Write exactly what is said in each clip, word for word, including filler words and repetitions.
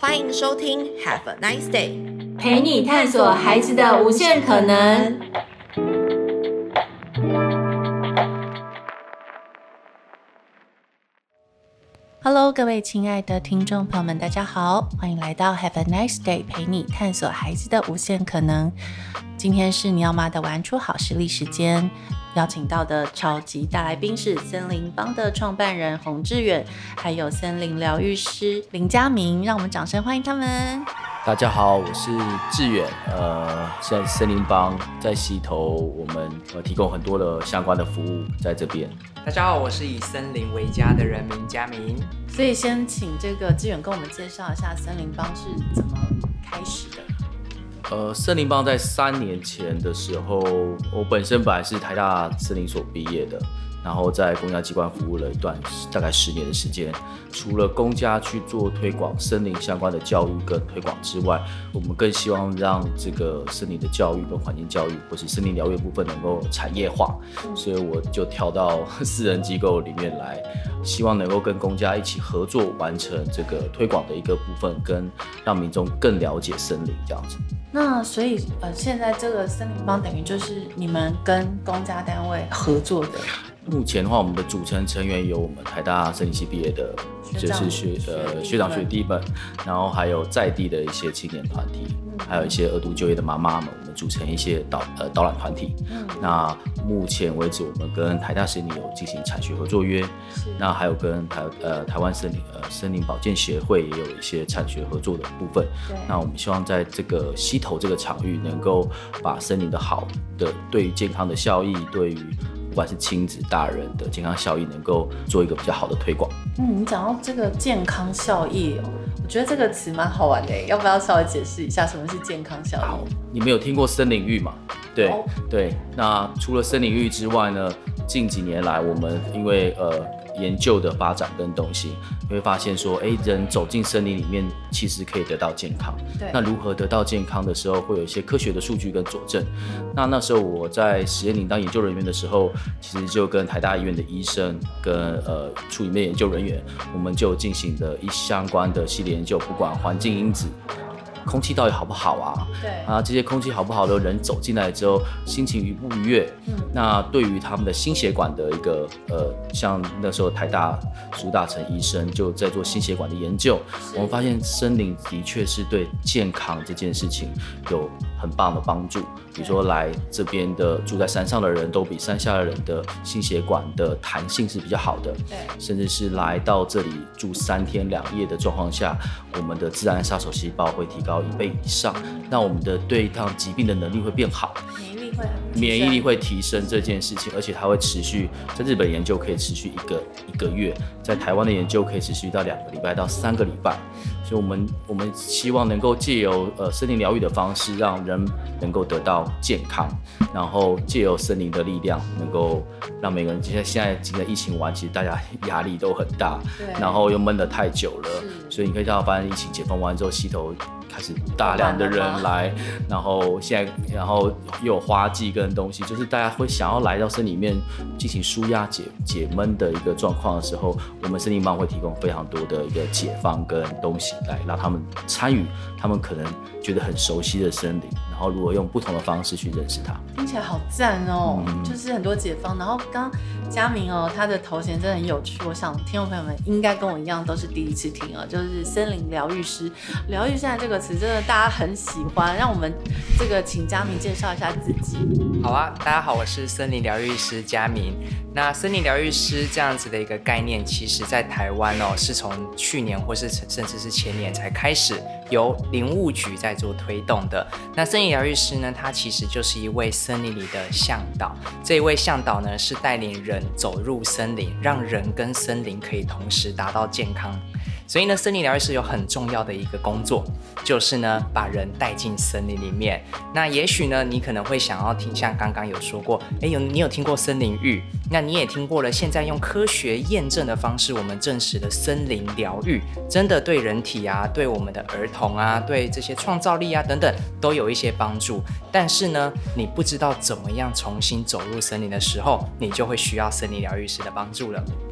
欢迎收听 Have a nice day， 陪你探索孩子的无限可能。Hello， 各位亲爱的听众朋友们，大家好，欢迎来到 Have a nice day， 陪你探索孩子的无限可能。今天是尼奥妈的玩出好视力时间，邀请到的超级大来宾是森林帮的创办人洪志远，还有森林疗愈师林佳明，让我们掌声欢迎他们。 大家好，我是志远，呃，现在森林帮在溪头，我们呃提供很多的相关的服务在这边。 大家好，我是以森林为家的人民佳明。 所以先请这个志远跟我们介绍一下森林帮是怎么开始的。 呃，森林帮在三年前的时候，我本身本来是台大森林所毕业的，然后在公家机关服务了一段大概十年的时间。除了公家去做推广森林相关的教育跟推广之外，我们更希望让这个森林的教育跟环境教育，或是森林疗愈部分能够产业化，所以我就跳到私人机构里面来，希望能够跟公家一起合作，完成这个推广的一个部分，跟让民众更了解森林这样子。 那所以呃，现在这个森林帮等于就是你们跟公家单位合作的。 目前的话，我们的组成成员有我们台大森林系毕业的，就是学呃学长学弟们，然后还有在地的一些青年团体，嗯、还有一些二度就业的妈妈们，我们组成一些导呃导览团体。嗯、那目前为止，我们跟台大森林有进行产学合作约，那还有跟台呃台湾森林呃森林保健协会也有一些产学合作的部分。那我们希望在这个溪头这个场域，能够把森林的好的对于健康的效益，对于不管是亲子、大人的健康效益，能够做一个比较好的推广。 嗯，你讲到这个健康效益哦，我觉得这个词蛮好玩的，要不要稍微解释一下什么是健康效益？ 好，你们有听过森林浴吗？对、哦、对。那除了森林浴之外呢，近几年来我们因为呃研究的发展跟东西，你会发现说，哎，人走进森林里面，其实可以得到健康。 对。 那如何得到健康的时候，会有一些科学的数据跟佐证。嗯、那那时候我在实验林当研究人员的时候，其实就跟台大医院的医生跟呃处里面研究人员，我们就进行了一相关的系列研究，不管环境因子。空气到底好不好啊？ 对啊，这些空气好不好的人走进来之后，心情愉不愉悦？嗯，那对于他们的心血管的一个呃，像那时候台大苏大成医生就在做心血管的研究，我们发现森林的确是对健康这件事情有很棒的帮助。比如说来这边的住在山上的人都比山下的人的心血管的弹性是比较好的， 对， 甚至是来到这里住三天两夜的状况下，我们的自然杀手细胞会提高一倍以上，那我们的对抗疾病的能力会变好， 免疫力会免疫力会提升这件事情，而且它会持续，在日本研究可以持续一个一个月，在台湾的研究可以持续到两个礼拜到三个礼拜，所以我们我们希望能够借由呃森林疗愈的方式，让人能够得到健康，然后借由森林的力量，能够让每个人现在现在今天疫情完，其实大家压力都很大，然后又闷得太久了，所以你可以看到，发现疫情解封完之后，溪头开始大量的人来，然后现在然后又有花季跟东西，就是大家会想要来到森林里面进行舒压解解闷的一个状况的时候，我们森林帮会提供非常多的一个解放跟东西来让他们参与，他们可能觉得很熟悉的森林，然后如何用不同的方式去认识它。 听起来好赞哦、 嗯， 就是很多解放。然后刚佳明哦，他的头衔真的很有趣，我想听众朋友们应该跟我一样都是第一次听哦，就是森林疗愈师。疗愈现在这个词真的大家很喜欢，让我们这个请佳明介绍一下自己。 好啊，大家好，我是森林疗愈师佳明。那森林疗愈师这样子的一个概念，其实在台湾哦，是从去年或是甚至是前年才开始由林务局在做推动的。那森林疗愈师呢，他其实就是一位森林里的向导。这一位向导呢，是带领人走入森林，让人跟森林可以同时达到健康。所以呢，森林疗愈师有很重要的一个工作，就是呢把人带进森林里面。那也许呢，你可能会想要听，像刚刚有说过，哎，有你有听过森林浴，那你也听过了，现在用科学验证的方式，我们证实了森林疗愈真的对人体啊，对我们的儿童啊，对这些创造力啊等等都有一些帮助。但是呢，你不知道怎么样重新走入森林的时候，你就会需要森林疗愈师的帮助了。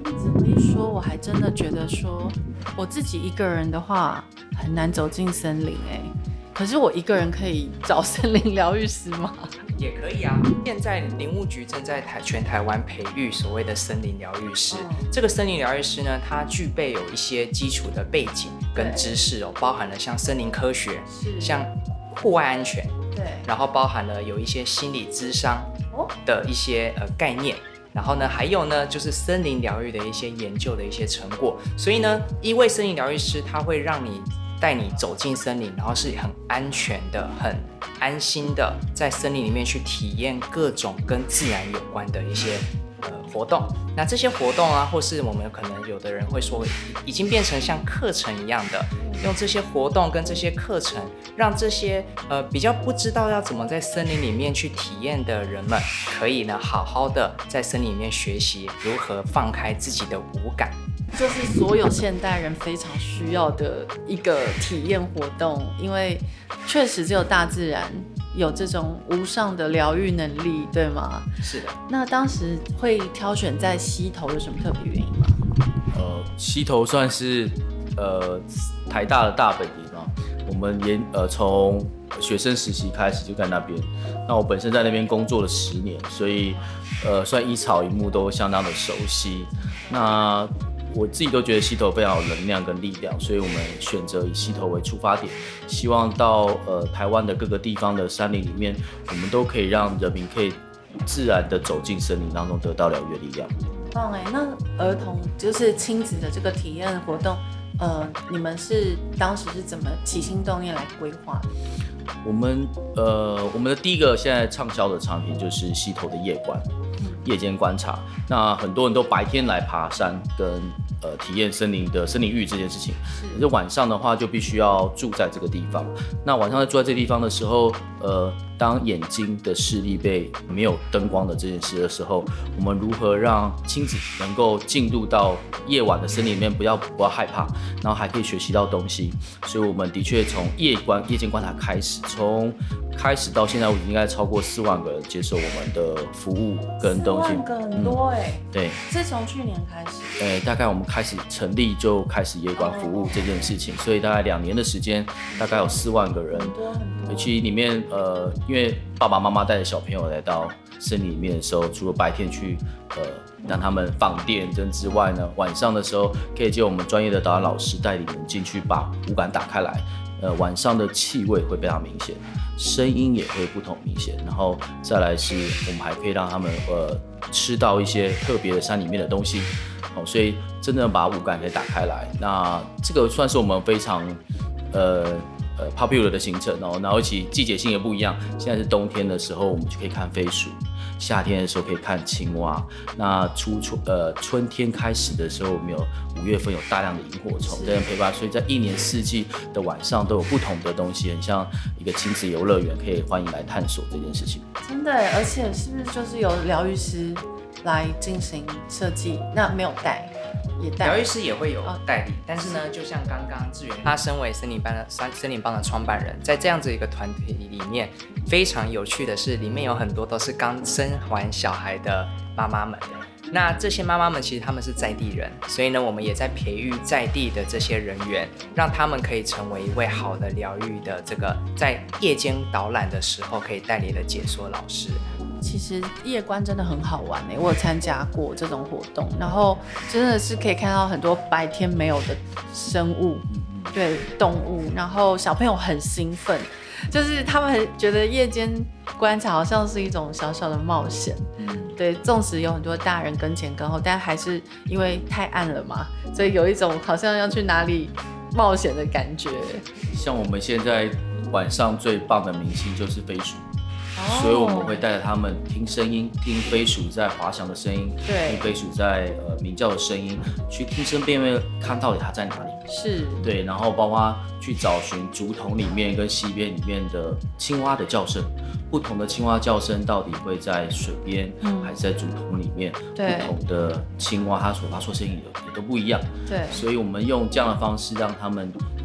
这么一说，我还真的觉得说，我自己一个人的话很难走进森林哎、欸。可是我一个人可以找森林疗愈师吗？ 也可以啊。现在林务局正在台全台湾培育所谓的森林疗愈师。哦、这个森林疗愈师呢，它具备有一些基础的背景跟知识哦，包含了像森林科学，像户外安全，对，然后包含了有一些心理咨商的一些、呃、概念。然后呢，还有呢，就是森林疗愈的一些研究的一些成果。所以呢，一位森林疗愈师，他会让你带你走进森林，然后是很安全的、很安心的，在森林里面去体验各种跟自然有关的一些呃活动。那这些活动啊，或是我们可能有的人会说，已经变成像课程一样的，用这些活动跟这些课程，让这些呃比较不知道要怎么在森林里面去体验的人们，可以呢好好的在森林里面学习如何放开自己的五感。 这是所有现代人非常需要的一个体验活动，因为确实只有大自然有这种无上的疗愈能力，对吗？ 是的。 那当时会挑选在溪头有什么特别原因吗？ 呃，溪头算是呃台大的大本营嘛，我们研呃从学生实习开始就在那边。那我本身在那边工作了十年，所以呃算一草一木都相当的熟悉。那我自己都觉得溪头非常有能量跟力量，所以我们选择以溪头为出发点，希望到呃台湾的各个地方的山林里面，我们都可以让人民可以自然的走进森林当中，得到疗愈的力量。 棒哎！那儿童就是亲子的这个体验活动，呃，你们是当时是怎么起心动念来规划的？ 我们呃我们的第一个现在畅销的产品就是溪头的夜观。夜间观察，那很多人都白天来爬山跟呃体验森林的森林浴这件事情，可是晚上的话就必须要住在这个地方。那晚上在住在这个地方的时候，呃，当眼睛的视力被没有灯光的这件事的时候，我们如何让亲子能够进入到夜晚的森林里面，不要不要害怕，然后还可以学习到东西。所以我们的确从夜观夜间观察开始，从开始到现在，我应该超过四万个人接受我们的服务跟东西。 四万个很多哎、欸嗯， 对， 是从去年开始。 呃，大概我们开始成立就开始夜观服务这件事情，所以大概两年的时间，大概有四万个人。 很多很多。 其实里面呃，因为爸爸妈妈带着小朋友来到森林里面的时候，除了白天去呃让他们放电针之外呢，晚上的时候可以借我们专业的导览老师带领你们进去，把五感打开来。呃，晚上的气味会非常明显，声音也会不同明显，然后再来是我们还可以让他们呃吃到一些特别的山里面的东西，好、哦，所以真的把五感给打开来。那这个算是我们非常呃呃 popular 的行程哦，然后其季节性也不一样。现在是冬天的时候，我们就可以看飞鼠。夏天的时候可以看青蛙，那初春呃春天开始的时候，我们有五月份有大量的萤火虫在那陪伴，所以在一年四季的晚上都有不同的东西，很像一个亲子游乐园，可以欢迎来探索这件事情。 真的，而且是不是就是由疗愈师来进行设计？那没有带。 疗愈师也会有代理，但是呢，就像刚刚志远，他身为森林帮的森林帮的创办人，在这样子一个团体里面，非常有趣的是，里面有很多都是刚生完小孩的妈妈们。那这些妈妈们其实他们是在地人，所以呢，我们也在培育在地的这些人员，让他们可以成为一位好的疗愈的这个在夜间导览的时候可以带领的解说老师。 其实夜观真的很好玩哎、欸，我有参加过这种活动，然后真的是可以看到很多白天没有的生物，对动物，然后小朋友很兴奋，就是他们很觉得夜间观察好像是一种小小的冒险。对，纵使有很多大人跟前跟后，但还是因为太暗了嘛，所以有一种好像要去哪里冒险的感觉。 像我们现在晚上最棒的明星就是飞鼠。Oh. 所以我们会带着他们听声音，听飞鼠在滑翔的声音，对，听飞鼠在呃鸣叫的声音，去听身边看到底它在哪里，是，对，然后包括去找寻竹筒里面跟溪边里面的青蛙的叫声，不同的青蛙叫声到底会在水边、嗯、还是在竹筒里面，对，不同的青蛙它所发出声音也都不一样，对，所以我们用这样的方式让他们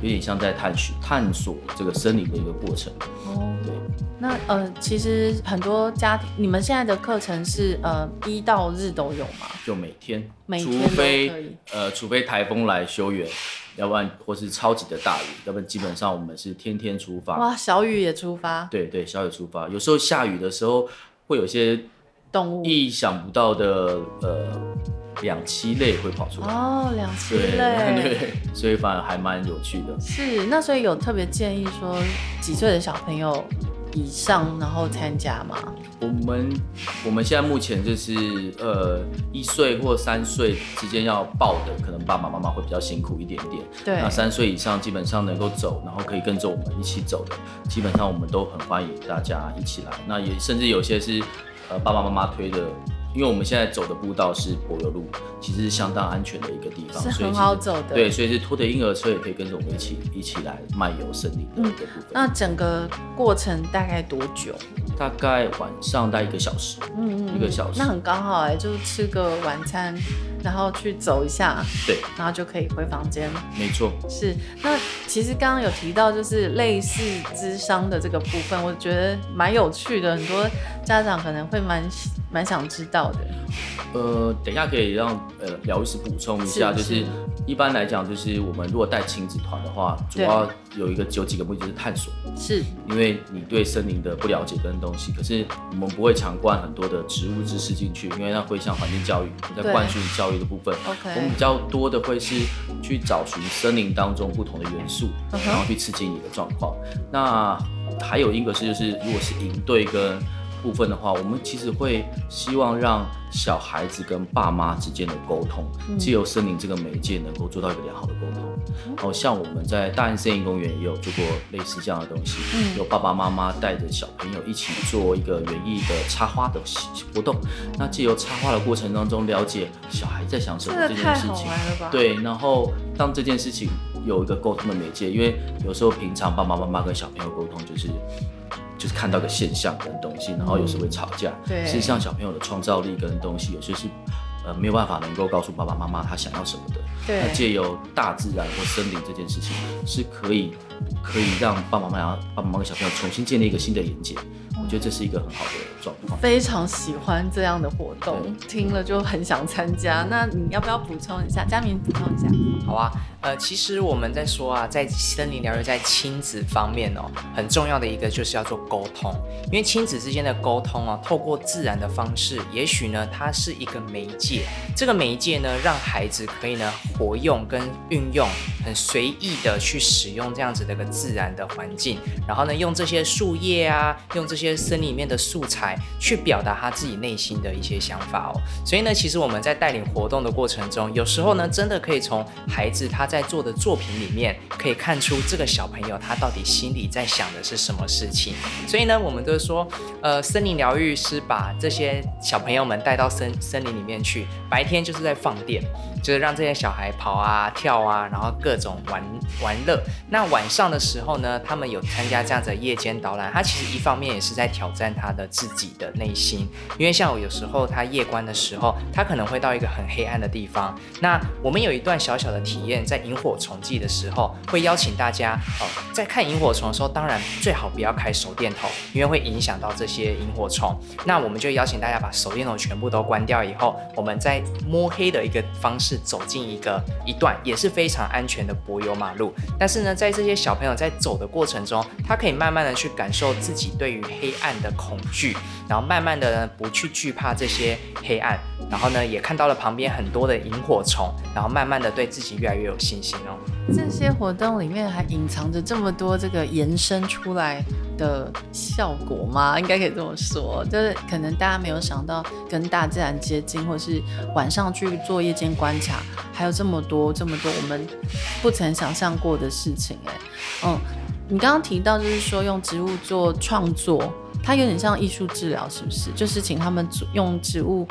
有点像在探寻探索这个森林的一个过程。哦，对。 那呃，其实很多家庭，你们现在的课程是呃一到日都有吗？ 就每天， 每天都可以， 除非呃，除非台风来休园，要不然或是超级的大雨，要不然基本上我们是天天出发。 哇，小雨也出发？ 对对，小雨出发。有时候下雨的时候，会有些动物意想不到的呃两栖类会跑出来。 哦，两栖类， 对对，所以反而还蛮有趣的。 是，那所以有特别建议说几岁的小朋友以上然后参加吗？ 我们我们现在目前就是呃一岁或三岁之间要报的，可能爸爸妈妈会比较辛苦一点点。 对， 那三岁以上基本上能够走，然后可以跟着我们一起走的，基本上我们都很欢迎大家一起来。那也甚至有些是呃爸爸妈妈推的。因为我们现在走的步道是柏油路，其实是相当安全的一个地方， 是很好走的。 对，所以是拖着婴儿车也可以跟着我们一起一起来漫游森林的一个部分。 嗯、那整个过程大概多久？ 大概晚上大概一个小时，嗯嗯，一个小时。 那很刚好哎、欸，就是吃个晚餐，然后去走一下， 对， 然后就可以回房间。 没错。 是，那其实刚刚有提到就是类似諮商的这个部分，我觉得蛮有趣的，很多家长可能会蛮蛮想知道的。 呃，等一下可以让呃疗愈师补充一下，是是就是一般来讲，就是我们如果带亲子团的话，主要有一个有几个目的就是探索， 是因为你对森林的不了解跟东西，可是我们不会强灌很多的植物知识进去，因为那会像环境教育，在灌输教育的部分，我们比较多的会是去找寻森林当中不同的元素，嗯、然后去刺激你的状况。那还有一个是，就是如果是营队跟部分的话，我们其实会希望让小孩子跟爸妈之间的沟通，藉由森林这个媒介能够做到一个良好的沟通。然后像我们在大安森林公园也有做过类似这样的东西，嗯、有爸爸妈妈带着小朋友一起做一个园艺的插花的活动。那藉由插花的过程当中，了解小孩在想什么这件事情，对，然后让这件事情有一个沟通的媒介，因为有时候平常爸爸妈妈跟小朋友沟通就是。就是看到个现象跟东西，然后有时会吵架。对，事实上小朋友的创造力跟东西，有些是呃没有办法能够告诉爸爸妈妈他想要什么的。对，那借由大自然或森林这件事情，是可以可以让爸爸妈妈、爸爸妈妈跟小朋友重新建立一个新的连结。我觉得这是一个很好的状况。 非常喜欢这样的活动，听了就很想参加。那你要不要补充一下？嘉明补充一下。 好啊，呃，其实我们在说啊，在森林疗愈在亲子方面哦，很重要的一个就是要做沟通，因为亲子之间的沟通哦，透过自然的方式，也许呢，它是一个媒介。这个媒介呢，让孩子可以呢活用跟运用，很随意的去使用这样子的一个自然的环境，然后呢，用这些树叶啊，用这些森林里面的素材去表达他自己内心的一些想法哦。所以呢，其实我们在带领活动的过程中，有时候呢，真的可以从孩子他在做的作品里面，可以看出这个小朋友他到底心里在想的是什么事情。所以呢，我们都说，呃，森林疗愈师把这些小朋友们带到森森林里面去，白天就是在放电，就是让这些小孩跑啊、跳啊，然后各种玩玩乐。那晚上的时候呢，他们有参加这样子的夜间导览，他其实一方面也是在挑战他的自己的内心，因为像我有时候他夜观的时候，他可能会到一个很黑暗的地方。那我们有一段小小的体验，在萤火虫季的时候，会邀请大家哦，在看萤火虫的时候，当然最好不要开手电筒，因为会影响到这些萤火虫。那我们就邀请大家把手电筒全部都关掉以后，我们在摸黑的一个方式走进一个一段也是非常安全的柏油马路。但是呢，在这些小朋友在走的过程中，他可以慢慢的去感受自己对于黑暗的恐惧，然后慢慢的呢不去惧怕这些黑暗，然后呢也看到了旁边很多的萤火虫，然后慢慢的对自己越来越有信心哦。 这些活动里面还隐藏着这么多这个延伸出来的效果吗？应该可以这么说，就是可能大家没有想到跟大自然接近，或是晚上去做夜间观察，还有这么多这么多我们不曾想象过的事情。哎，嗯，你刚刚提到就是说用植物做创作，它有点像艺术治疗，是不是？就是请他们用植物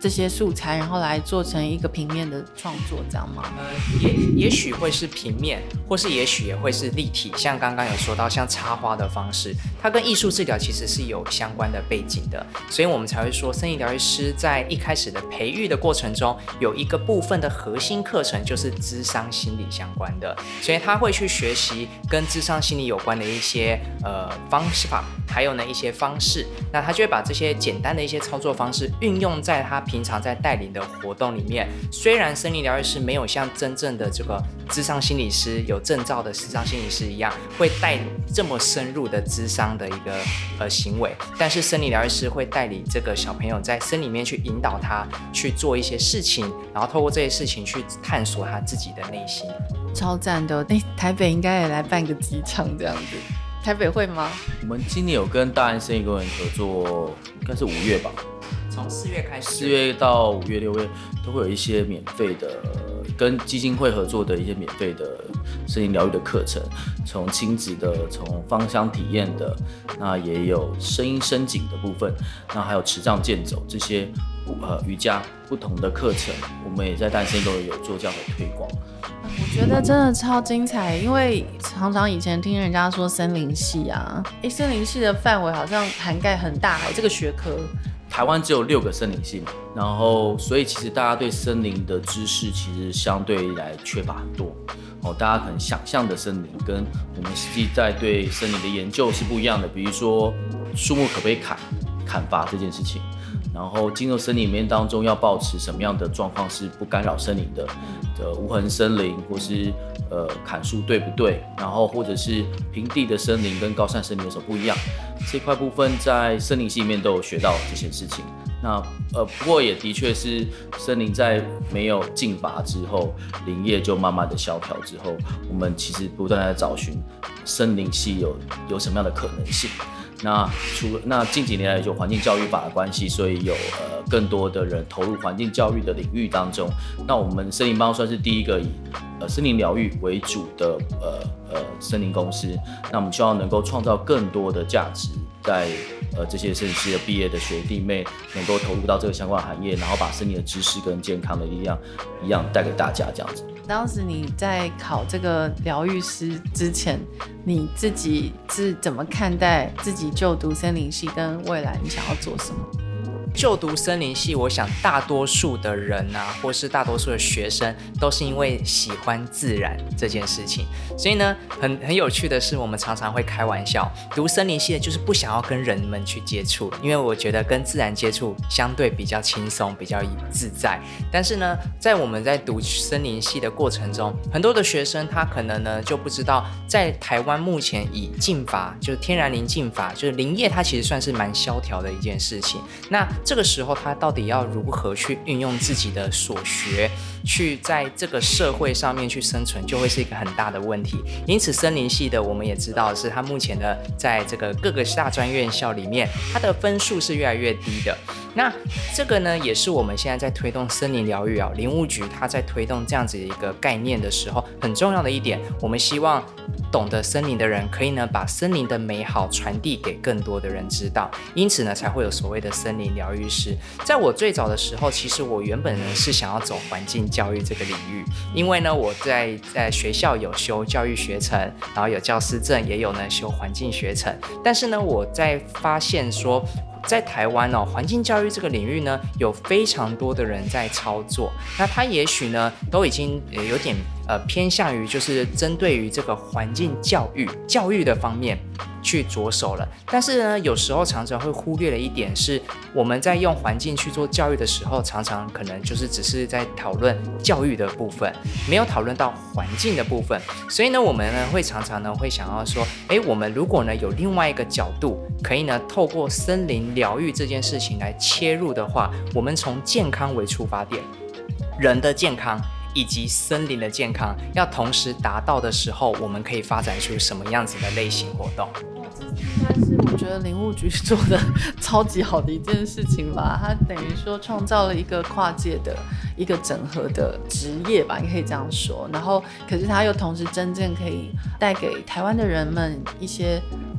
这些素材，然后来做成一个平面的创作，这样吗？ 呃，也也许会是平面，或是也许也会是立体，像刚刚有说到像插花的方式，它跟艺术治疗其实是有相关的背景的，所以我们才会说森林疗愈师在一开始的培育的过程中，有一个部分的核心课程就是諮商心理相关的，所以他会去学习跟諮商心理有关的一些呃方法，还有呢一些方式，那他就会把这些简单的一些操作方式运用在他平常在带领的活动里面。虽然森林疗愈师没有像真正的这个諮商心理师有证照的諮商心理师一样，会带这么深入的諮商的一个呃行为，但是森林疗愈师会带领这个小朋友在森里面去引导他去做一些事情，然后透过这些事情去探索他自己的内心。 超赞的！哎，台北应该也来办个几场这样子，台北会吗？ 我们今年有跟大安森林公园合作，应该是五月吧。 从四月开始， 四月到五月、六月都会有一些免费的，跟基金会合作的一些免费的森林疗愈的课程，从亲子的，从芳香体验的，那也有声音声景的部分，那还有持杖健走这些呃瑜伽不同的课程，我们也在大安森林公园有做这样的推广。 我觉得真的超精彩，因为常常以前听人家说森林系啊，哎，森林系的范围好像涵盖很大，这个学科。 台湾只有六个森林系嘛，然后所以其实大家对森林的知识其实相对来缺乏很多哦。大家可能想象的森林跟我们实际在对森林的研究是不一样的，比如说树木可不可以砍砍伐这件事情，然后进入森林里面当中要保持什么样的状况是不干扰森林的，的无痕森林或是呃砍树对不对，然后或者是平地的森林跟高山森林有什么不一样，这块部分在森林系里面都有学到这些事情。那呃不过也的确是森林在没有禁伐之后，林业就慢慢的萧条之后，我们其实不断在找寻森林系有有什么样的可能性。那除了那近几年来有环境教育法的关系，所以有呃更多的人投入环境教育的领域当中。那我们森林帮算是第一个以呃森林疗愈为主的呃呃森林公司。那我们希望能够创造更多的价值，在呃这些森林系的毕业的学弟妹能够投入到这个相关行业，然后把森林的知识跟健康的力量一样带给大家这样子。 当时你在考这个疗愈师之前，你自己是怎么看待自己就读森林系跟未来你想要做什么？ 就读森林系，我想大多数的人啊，或是大多数的学生，都是因为喜欢自然这件事情。所以呢，很很有趣的是，我们常常会开玩笑，读森林系的就是不想要跟人们去接触，因为我觉得跟自然接触相对比较轻松，比较自在。但是呢，在我们在读森林系的过程中，很多的学生他可能呢就不知道，在台湾目前以禁伐，就是天然林禁伐，就是林业，它其实算是蛮萧条的一件事情。那这个时候他到底要如何去运用自己的所学，去在这个社会上面去生存，就会是一个很大的问题。因此森林系的我们也知道的是，他目前的在这个各个大专院校里面，他的分数是越来越低的。那这个呢，也是我们现在在推动森林疗愈啊，林务局他在推动这样子一个概念的时候，很重要的一点，我们希望懂得森林的人可以呢把森林的美好传递给更多的人知道，因此呢才会有所谓的森林疗愈师。在我最早的时候，其实我原本呢是想要走环境教育这个领域，因为呢我在在学校有修教育学程，然后有教师证，也有呢修环境学程，但是呢我在发现说，在台湾哦，环境教育这个领域呢，有非常多的人在操作。那他也许呢，都已经有点呃偏向于就是针对于这个环境教育教育的方面去着手了。但是呢，有时候常常会忽略了一点是，我们在用环境去做教育的时候，常常可能就是只是在讨论教育的部分，没有讨论到环境的部分。所以呢，我们呢会常常呢会想要说，哎，我们如果呢有另外一个角度，可以呢透过森林疗愈这件事情来切入的话，我们从健康为出发点，人的健康以及森林的健康要同时达到的时候，我们可以发展出什么样子的类型活动？ 应该是我觉得林务局做的超级好的一件事情吧，它等于说创造了一个跨界的一个整合的职业吧，你可以这样说。然后，可是它又同时真正可以带给台湾的人们一些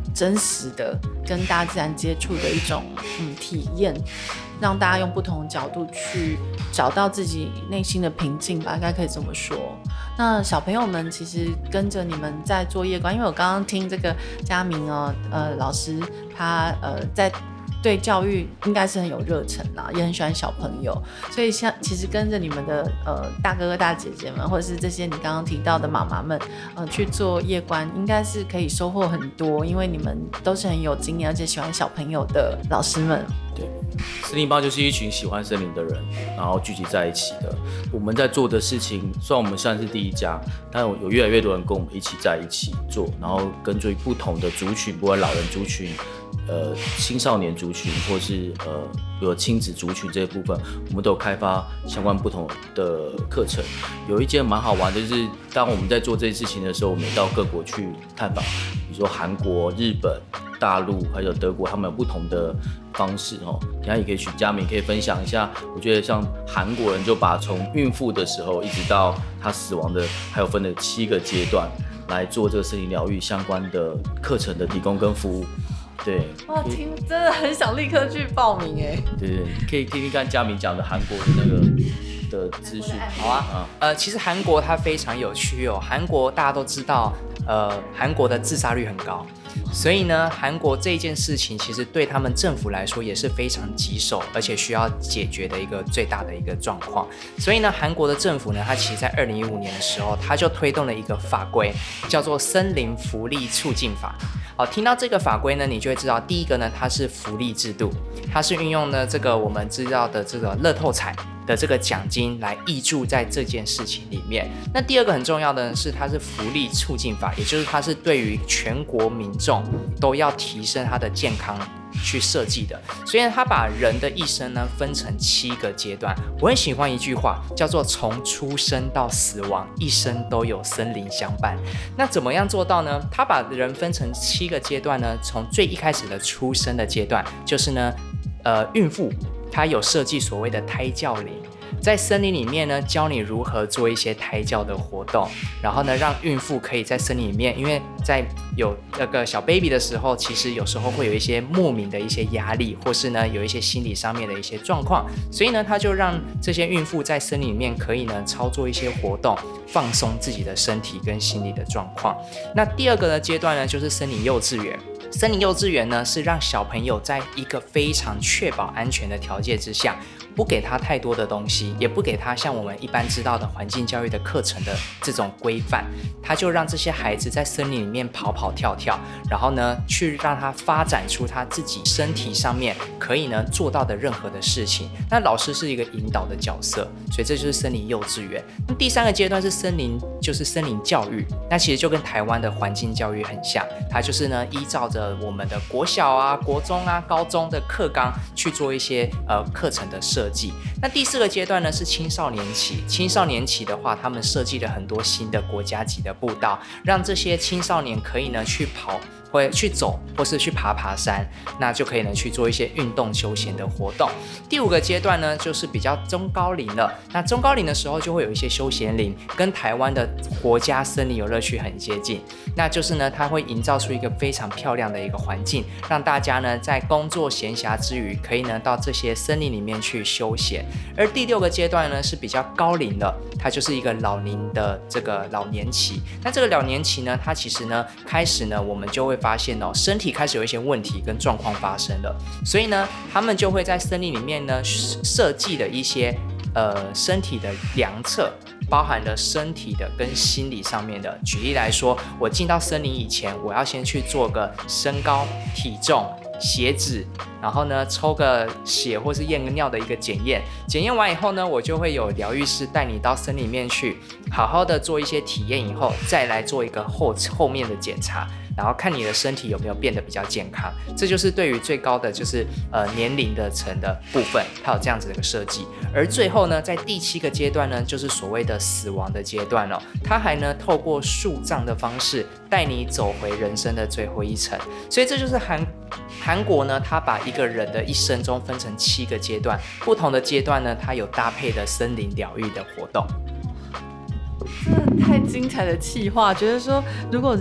真实的跟大自然接触的一种嗯体验，让大家用不同的角度去找到自己内心的平静吧，应该可以这么说。那小朋友们其实跟着你们在做夜观，因为我刚刚听这个嘉明哦，呃，老师他呃在对教育应该是很有热忱啦，也很喜欢小朋友，所以像其实跟着你们的呃大哥哥大姐姐们，或者是这些你刚刚提到的妈妈们，呃去做夜观，应该是可以收获很多，因为你们都是很有经验而且喜欢小朋友的老师们。 对，森林帮就是一群喜欢森林的人，然后聚集在一起的。我们在做的事情，虽然我们算是第一家，但有越来越多人跟我们一起在一起做，然后根据不同的族群，不管老人族群、呃青少年族群，或是呃比如亲子族群这一部分，我们都有开发相关不同的课程。有一件蛮好玩的，就是当我们在做这些事情的时候，我们也到各国去探访，比如说韩国、日本、大陆还有德国，他们有不同的方式哦。等一下也可以请嘉明可以分享一下。我觉得像韩国人就把从孕妇的时候一直到她死亡的，还有分了七个阶段来做这个森林疗愈相关的课程的提供跟服务。对， 哇，听真的很想立刻去报名哎。 对对，可以听听看嘉明讲的韩国的那个的资讯。 好啊，啊呃，其实韩国它非常有趣哦。韩国大家都知道，呃，韩国的自杀率很高。所以呢，韩国这一件事情其实对他们政府来说也是非常棘手，而且需要解决的一个最大的一个状况。所以呢，韩国的政府呢，它其实在二零一五年的时候，它就推动了一个法规，叫做《森林福利促进法》。好，听到这个法规呢，你就会知道，第一个呢，它是福利制度，它是运用呢这个我们知道的这个乐透彩的这个奖金来挹注在这件事情里面。那第二个很重要的是，它是福利促进法，也就是它是对于全国民众都要提升他的健康去设计的。所以它把人的一生呢分成七个阶段。我很喜欢一句话，叫做从出生到死亡，一生都有森林相伴。那怎么样做到呢？它把人分成七个阶段呢，从最一开始的出生的阶段，就是呢，呃，孕妇她有设计所谓的胎教林。在森林里面呢，教你如何做一些胎教的活动，然后呢，让孕妇可以在森林里面，因为在有那个小 baby 的时候，其实有时候会有一些莫名的一些压力，或是呢有一些心理上面的一些状况，所以呢，他就让这些孕妇在森林里面可以呢操作一些活动，放松自己的身体跟心理的状况。那第二个呢阶段呢，就是森林幼稚园。森林幼稚园呢，是让小朋友在一个非常确保安全的条件之下，不给他太多的东西，也不给他像我们一般知道的环境教育的课程的这种规范，他就让这些孩子在森林里面跑跑跳跳，然后呢，去让他发展出他自己身体上面可以呢做到的任何的事情。那老师是一个引导的角色，所以这就是森林幼稚园。那第三个阶段是森林，就是森林教育。那其实就跟台湾的环境教育很像，它就是呢依照着我们的国小啊、国中啊、高中的课纲去做一些呃课程的设计。那第四个阶段呢是青少年期，青少年期的话，他们设计了很多新的国家级的步道，让这些青少年可以呢去跑。会去走或是去爬爬山，那就可以呢去做一些运动休闲的活动。第五个阶段呢就是比较中高龄了，那中高龄的时候就会有一些休闲林，跟台湾的国家森林游乐区很接近，那就是呢它会营造出一个非常漂亮的一个环境，让大家呢在工作闲暇之余可以呢到这些森林里面去休闲。而第六个阶段呢是比较高龄了，它就是一个老龄的这个老年期。那这个老年期呢，它其实呢开始呢我们就会发现哦，身体开始有一些问题跟状况发生了，所以呢，他们就会在森林里面呢设计了一些呃身体的量测，包含了身体的跟心理上面的。举例来说，我进到森林以前，我要先去做个身高、体重、血脂，然后呢抽个血或是验个尿的一个检验，检验完以后呢，我就会有疗愈师带你到森林里面去，好好的做一些体验以后，再来做一个后后面的检查。然后看你的身体有没有变得比较健康，这就是对于最高的就是呃年龄的层的部分，它有这样子的一个设计。而最后呢，在第七个阶段呢，就是所谓的死亡的阶段了、哦。它还呢透过树葬的方式带你走回人生的最后一程。所以这就是韩韩国呢，它把一个人的一生中分成七个阶段，不同的阶段呢，它有搭配的森林疗愈的活动。 真的太精彩的企划，觉得说如果人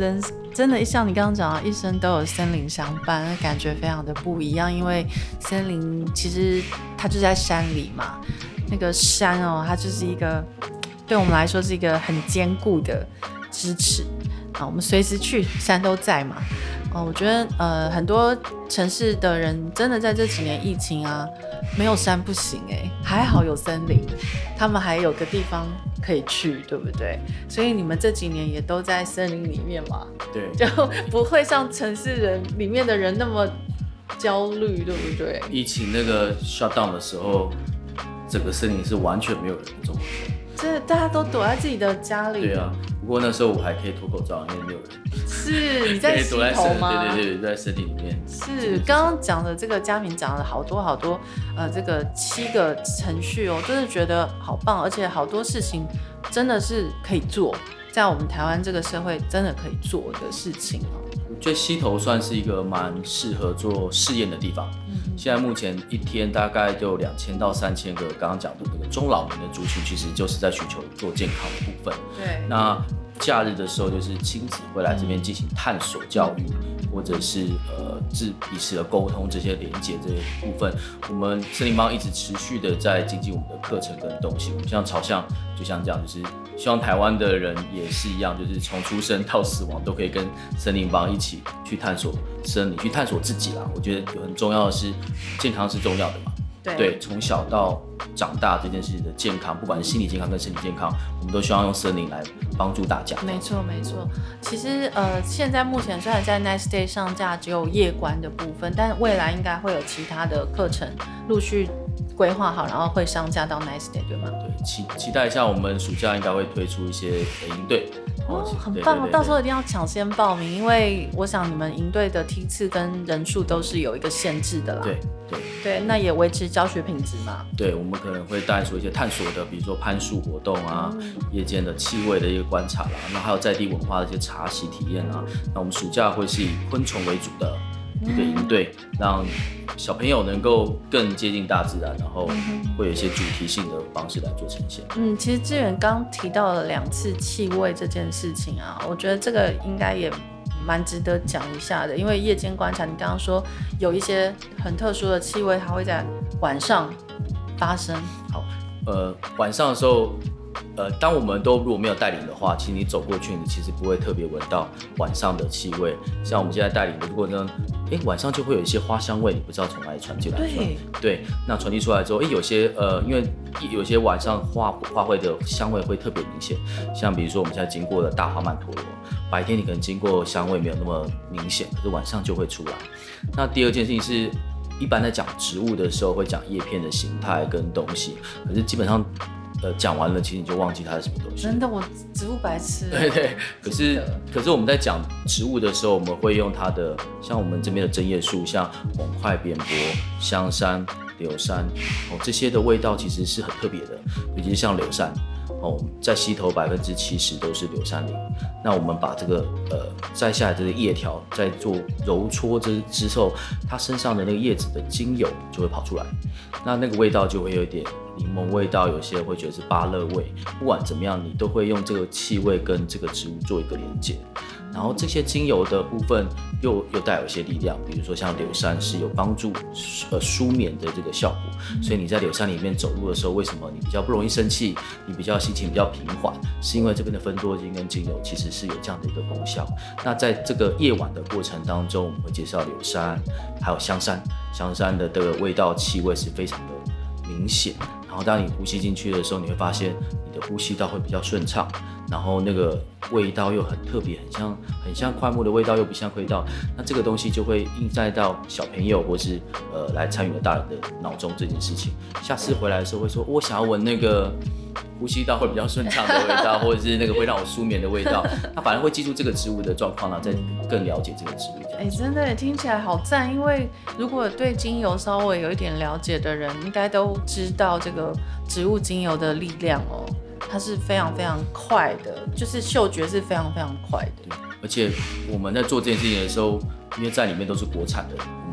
真的像你刚刚讲的，一生都有森林相伴，感觉非常的不一样。因为森林其实它就在山里嘛，那个山哦，它就是一个对我们来说是一个很坚固的支持啊。我们随时去，山都在嘛。哦，我觉得呃，很多城市的人真的在这几年疫情啊，没有山不行哎、欸，还好有森林，他们还有个地方可以去，对不对？所以你们这几年也都在森林里面嘛， 对， 就不会像城市人里面的人那么焦虑，对不对？ 疫情那个 shut down 的时候，整个森林是完全没有人走， 这大家都躲在自己的家里。 对啊，不过那时候我还可以脱口罩，因为没有人。 是你在溪头吗？ 对对对，在森林里面。 是刚刚讲的这个佳明讲了好多好多，呃，这个七个程序哦，真的觉得好棒，而且好多事情真的是可以做，在我们台湾这个社会真的可以做的事情哦。 我觉得溪头算是一个蛮适合做试验的地方。嗯、现在目前一天大概就有两千到三千个，刚刚讲的那个中老年的族群，其实就是在寻求做健康的部分。 对， 那假日的时候，就是亲子会来这边进行探索教育，或者是呃自彼此的沟通这些连接这些部分，我们森林帮一直持续的在精进我们的课程跟东西。我们像朝向，就像这样，就是希望台湾的人也是一样，就是从出生到死亡都可以跟森林帮一起去探索森林，去探索自己啦。我觉得很重要的是，健康是重要的嘛。对，从小到长大这件事情的健康，不管是心理健康跟身体健康，我们都希望用森林来帮助大家。 没错，没错。其实呃，现在目前虽然在 Nice Day 上架只有夜观的部分，但未来应该会有其他的课程陆续规划好，然后会上架到 Nice Day， 对吗？ 对，期期待一下，我们暑假应该会推出一些营队。 哦，很棒哦！到时候一定要抢先报名，因为我想你们营队的梯次跟人数都是有一个限制的啦。 对对对，那也维持教学品质嘛。 对，我们可能会带出一些探索的，比如说攀树活动啊，嗯、夜间的气味的一个观察啦，那还有在地文化的一些茶席体验啊。那我们暑假会是以昆虫为主的一个营队，嗯、让小朋友能够更接近大自然，然后会有一些主题性的方式来做呈现。 嗯，其实志远刚提到了两次气味这件事情啊，我觉得这个应该也蛮值得讲一下的，因为夜间观察，你刚刚说有一些很特殊的气味，它会在晚上发生。 好，呃，晚上的时候。呃，当我们都如果没有带领的话，其实你走过去，你其实不会特别闻到晚上的气味。像我们现在带领的过程中，哎，晚上就会有一些花香味，你不知道从哪里传进来。 对， 对，那传递出来之后，哎，有些呃，因为有些晚上花花卉的香味会特别明显，像比如说我们现在经过的大花曼陀罗，白天你可能经过香味没有那么明显，可是晚上就会出来。那第二件事情是，一般在讲植物的时候会讲叶片的形态跟东西，可是基本上。呃，讲完了，其实你就忘记它是什么东西。 真的，我植物白痴。 对对，可是可是我们在讲植物的时候，我们会用它的，像我们这边的针叶树，像红块扁柏、香山、柳杉，哦，这些的味道其实是很特别的，尤其是像柳杉。哦，在溪头百分之七十都是柳杉林。那我们把这个呃摘下来这个叶条，在做揉搓之之后，它身上的那个叶子的精油就会跑出来。那那个味道就会有一点柠檬味道，有些人会觉得是芭乐味。不管怎么样，你都会用这个气味跟这个植物做一个连接。然后这些精油的部分又又带有一些力量，比如说像柳杉是有帮助呃舒眠的这个效果，所以你在柳杉里面走路的时候，为什么你比较不容易生气，你比较心情比较平缓，是因为这边的芬多精跟精油其实是有这样的一个功效。那在这个夜晚的过程当中，我们会介绍柳杉，还有香山，香山的这个味道气味是非常的明显。然后当你呼吸进去的时候，你会发现你的呼吸道会比较顺畅，然后那个味道又很特别，很像很像檜木的味道，又不像灰道。那这个东西就会印在到小朋友或是呃来参与的大人的脑中这件事情。下次回来的时候会说，我想要闻那个呼吸道会比较顺畅的味道，或者是那个会让我舒眠的味道。他反而会记住这个植物的状况，然后再更了解这个植物。 哎、欸，真的听起来好赞！因为如果对精油稍微有一点了解的人，应该都知道这个植物精油的力量哦，它是非常非常快的，就是嗅觉是非常非常快的。 而且我们在做这件事情的时候，因为在里面都是国产的，我们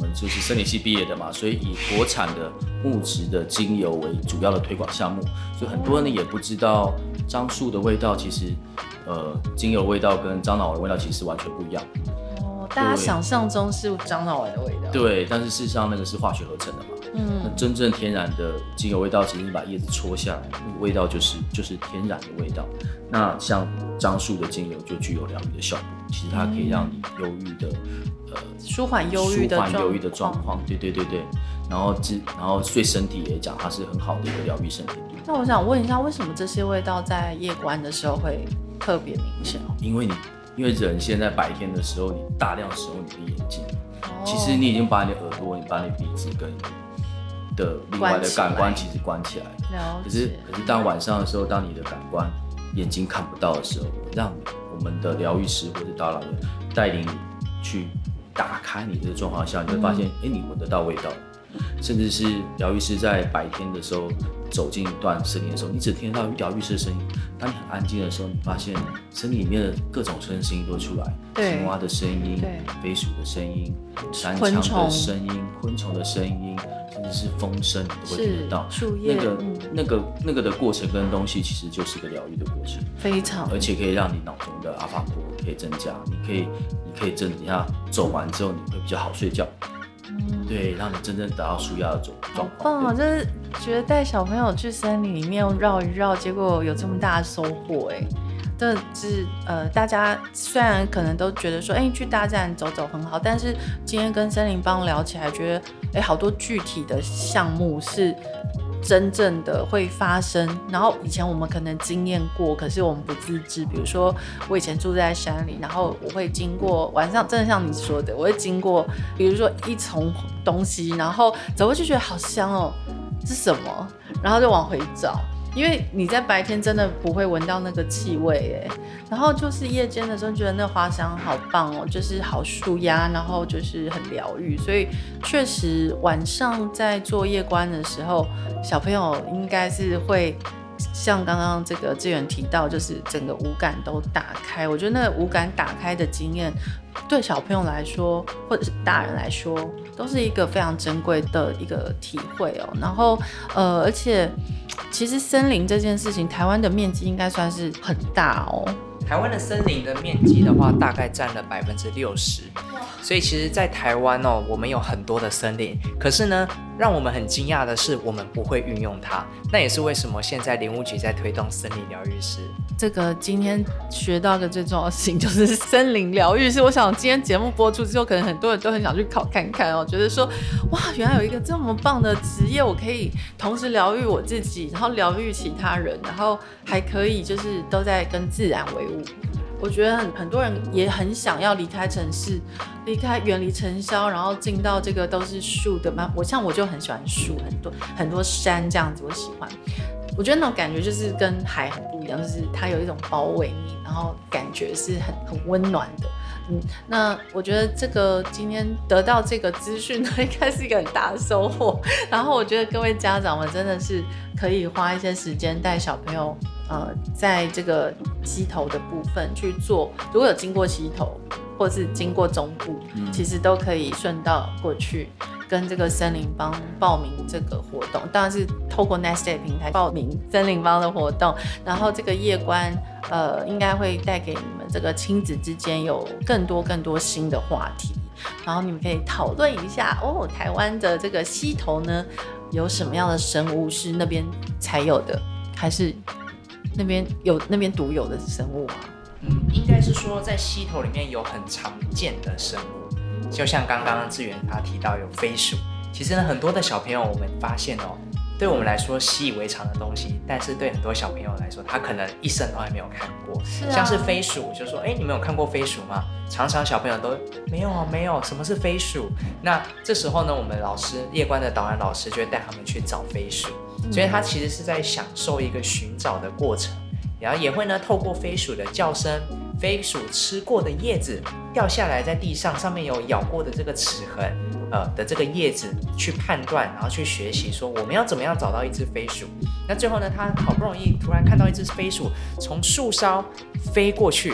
们就是森林系毕业的嘛，所以以国产的木质的精油为主要的推广项目，所以很多人也不知道樟树的味道，其实呃精油味道跟樟脑丸的味道其实是完全不一样。 哦，大家想象中是樟脑丸的味道。 对，但是事实上那个是化学合成的嘛。嗯，那真正天然的精油味道，其实你把叶子戳下来，那个味道就是就是天然的味道。那像樟树的精油就具有疗愈的效果，其实它可以让你忧郁的，呃， 舒缓忧郁的舒缓忧郁的状况。对对对对，然后然后对身体也讲，它是很好的一个疗愈身体。 那我想问一下，为什么这些味道在夜观的时候会特别明显？ 因为你因为人现在白天的时候，你大量使用你的眼睛， 哦、 其实你已经把你的耳朵、你把你鼻子跟的另外的感官其实关起来了。可是可是当晚上的时候，当你的感官眼睛看不到的时候，让我们的疗愈师或者大老人带领你去打开你这个状况下，你会发现，哎、嗯，你闻得到味道，甚至是疗愈师在白天的时候走进一段森林的时候，你只听得到疗愈师的声音。当你很安静的时候，你发现森林里面的各种声音都会出来，青蛙的声音、飞鼠的声音、山羌的声音、昆虫的声音。甚至是风声，你都会听得到。 树叶， 那个、 嗯、 那个、那个的过程跟东西，其实就是个疗愈的过程， 非常， 而且可以让你脑中的阿法波可以增加，你可以，你可以真的，你看走完之后，你会比较好睡觉，嗯、对，让你真正得到舒压的状况。 好棒啊！就是觉得带小朋友去森林里面绕一绕，结果有这么大的收获，哎。这是呃，大家虽然可能都觉得说，哎，去大自然走走很好，但是今天跟森林帮聊起来，觉得哎，好多具体的项目是真正的会发生。然后以前我们可能经验过，可是我们不自知。比如说我以前住在山里，然后我会经过晚上，真的像你说的，我会经过，比如说一丛东西，然后走过去觉得好香哦，是什么？然后就往回找。因为你在白天真的不会闻到那个气味哎，然后就是夜间的时候觉得那花香好棒哦，就是好舒压，然后就是很疗愈，所以确实晚上在做夜观的时候，小朋友应该是会像刚刚这个志远提到，就是整个五感都打开。我觉得那个五感打开的经验，对小朋友来说，或者是大人来说，都是一个非常珍贵的一个体会哦。然后呃，而且其实森林这件事情，台湾的面积应该算是很大哦。 台湾的森林的面积的话，大概占了百分之六十，所以其实，在台湾哦，我们有很多的森林，可是呢，让我们很惊讶的是，我们不会运用它。那也是为什么现在林务局在推动森林疗愈师。 这个今天学到一个最重要的事情，就是森林疗愈师。我想今天节目播出之后，可能很多人都很想去考看看哦，觉得说，哇，原来有一个这么棒的职业，我可以同时疗愈我自己，然后疗愈其他人，然后还可以就是都在跟自然为伍。我觉得 很, 很多人也很想要离开城市，离开远离尘嚣，然后进到这个都是树的嘛。我像我就很喜欢树，很多很多山这样子，我喜欢。我觉得那种感觉就是跟海很不一样，就是它有一种包围你，然后感觉是很很温暖的。嗯，那我觉得这个今天得到这个资讯呢，应该是一个很大的收获。然后我觉得各位家长们真的是可以花一些时间带小朋友。呃，在这个溪头的部分去做，如果有经过溪头，或是经过中部，嗯、其实都可以顺道过去跟这个森林帮报名这个活动。当然是透过 Nice Day 平台报名森林帮的活动，然后这个夜观，呃，应该会带给你们这个亲子之间有更多更多新的话题，然后你们可以讨论一下哦，台湾的这个溪头呢，有什么样的生物是那边才有的，还是？那边有那边独有的生物吗？ 嗯，应该是说在溪头里面有很常见的生物，就像刚刚志远他提到有飞鼠。其实呢，很多的小朋友我们发现哦，对我们来说习以为常的东西，但是对很多小朋友来说，他可能一生都还没有看过。是啊、像是飞鼠，就说哎，你们有看过飞鼠吗？常常小朋友都没有啊，没有，什么是飞鼠？那这时候呢，我们老师夜观的导览老师就会带他们去找飞鼠。所以他其实是在享受一个寻找的过程，然后也会呢透过飞鼠的叫声、飞鼠吃过的叶子掉下来在地上，上面有咬过的这个齿痕，呃的这个叶子去判断，然后去学习说我们要怎么样找到一只飞鼠。那最后呢，他好不容易突然看到一只飞鼠从树梢飞过去。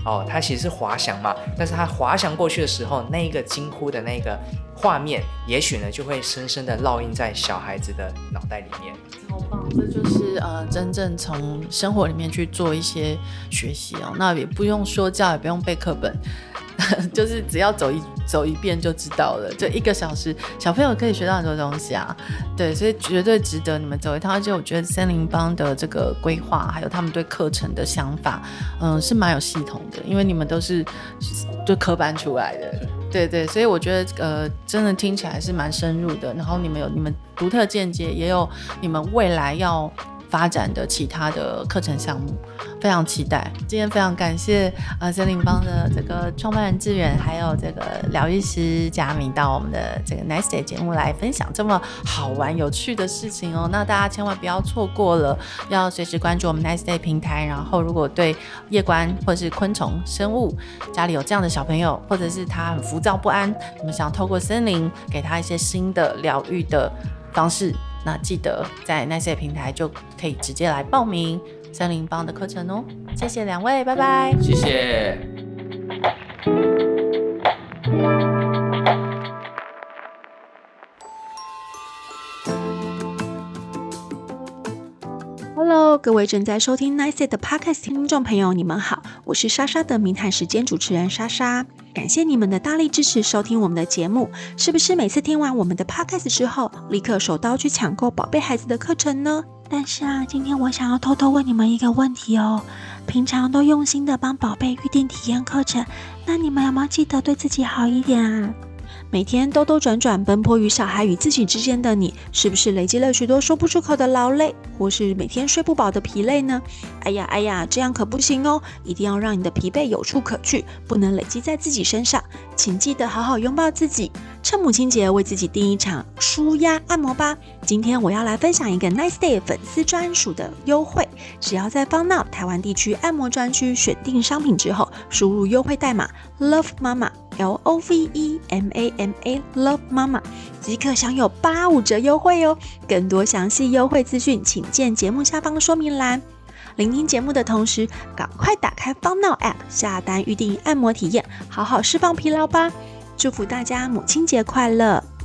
哦，它其实是滑翔嘛，但是它滑翔过去的时候，那一个惊呼的那个画面，也许呢就会深深的烙印在小孩子的脑袋里面。 超棒，这就是呃真正从生活里面去做一些学习哦。那也不用说教，也不用背课本，就是只要走一走一遍就知道了。就一个小时，小朋友可以学到很多东西啊。对，所以绝对值得你们走一趟。而且我觉得森林帮的这个规划，还有他们对课程的想法，嗯，是蛮有系统的，因为你们都是就科班出来的。对对，所以我觉得呃，真的听起来是蛮深入的。然后你们有你们独特见解，也有你们未来要发展的其他的课程项目，非常期待。今天非常感谢呃森林帮的这个创办人志远，还有这个疗愈师佳明到我们的这个 Nice Day 节目来分享这么好玩有趣的事情哦。那大家千万不要错过了，要随时关注我们 Nice Day 平台。然后如果对夜观或是昆虫生物家里有这样的小朋友，或者是他很浮躁不安，你们想透过森林给他一些新的疗愈的方式，那记得在 Nice Day 平台就可以直接来报名森林帮的课程哦。谢谢两位，拜拜。 谢谢。 Hello， 各位正在收听 Nice Day 的 Podcast 听众朋友，你们好，我是莎莎的名谈时间主持人莎莎。感谢你们的大力支持收听我们的节目，是不是每次听完我们的 Podcast 之后，立刻手刀去抢购宝贝孩子的课程呢？但是啊，今天我想要偷偷问你们一个问题哦，平常都用心的帮宝贝预定体验课程，那你们有没有记得对自己好一点啊？每天兜兜转转奔波于小孩与自己之间的你，是不是累积了许多说不出口的劳累，或是每天睡不饱的疲累呢？哎呀哎呀，这样可不行哦，一定要让你的疲惫有处可去，不能累积在自己身上。请记得好好拥抱自己，趁母亲节为自己订一场舒压按摩吧。今天我要来分享一个 Nice Day 粉丝专属的优惠，只要在方闹台湾地区按摩专区选定商品之后，输入优惠代码 Love Mama L O V E M A M A Love Mama 即可享有八五折优惠哦。更多详细优惠资讯，请见节目下方的说明栏。聆听节目的同时，赶快打开方闹 App 下单预定按摩体验，好好释放疲劳吧。祝福大家母亲节快乐！